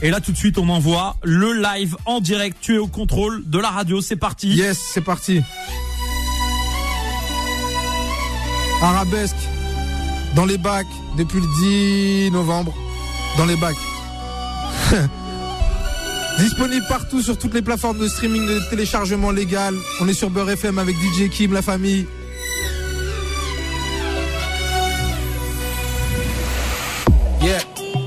Et là tout de suite on envoie le live en direct. Tu es au contrôle de la radio, c'est parti. Yes, c'est parti. Arabesque dans les bacs depuis le 10 novembre. Dans les bacs. Disponible partout sur toutes les plateformes de streaming de téléchargement légal. On est sur Beurre FM avec DJ Kim, la famille. Yeah.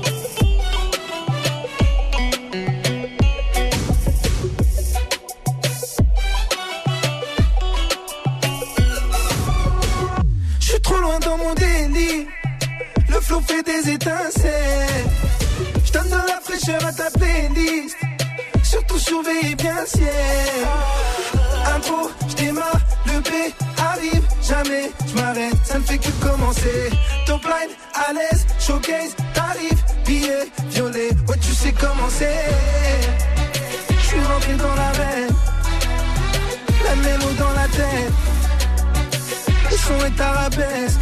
Je suis trop loin dans mon délit. Le flow fait des étincelles. Je donne de la fraîcheur à ta playlist. Surtout surveille bien le ciel. Impro, je démarre, le B arrive. Jamais je m'arrête, ça ne fait que commencer. Top line, à l'aise, showcase, t'arrives. Billet, violet, ouais tu sais comment c'est. Je suis rentré dans l'arène. La mélo dans la tête. Le son est arabesque.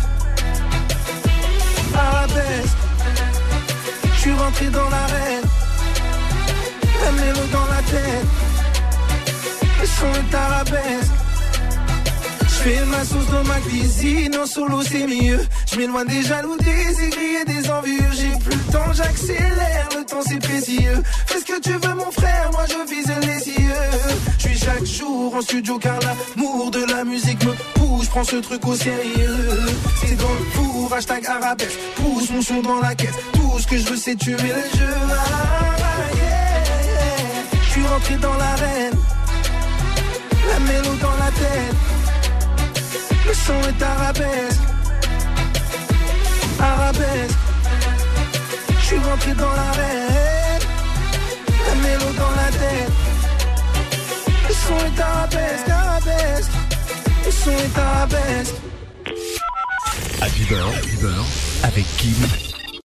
Arabesque. Je suis rentré dans l'arène. La mélo dans la tête. Le son est arabesque. J'fais ma sauce dans ma cuisine. En solo c'est mieux. J'm'éloigne des jaloux, des aigris et des envieux. J'ai plus le temps, j'accélère. Le temps c'est précieux. Fais ce que tu veux mon frère. Moi je vise les cieux. J'suis chaque jour en studio car l'amour de la musique me pousse. J'prends ce truc au sérieux. C'est dans le four, hashtag arabesque. Pousse mon son dans la caisse. Tout ce que je veux c'est tuer le jeu. Je suis rentré dans l'arène. La mélo dans la tête. Le son est arabesque. Arabesque. Je suis rentré dans l'arène. La mélo dans la tête. Le son est arabesque. Arabesque. Le son est arabesque. Happy Bird avec Kim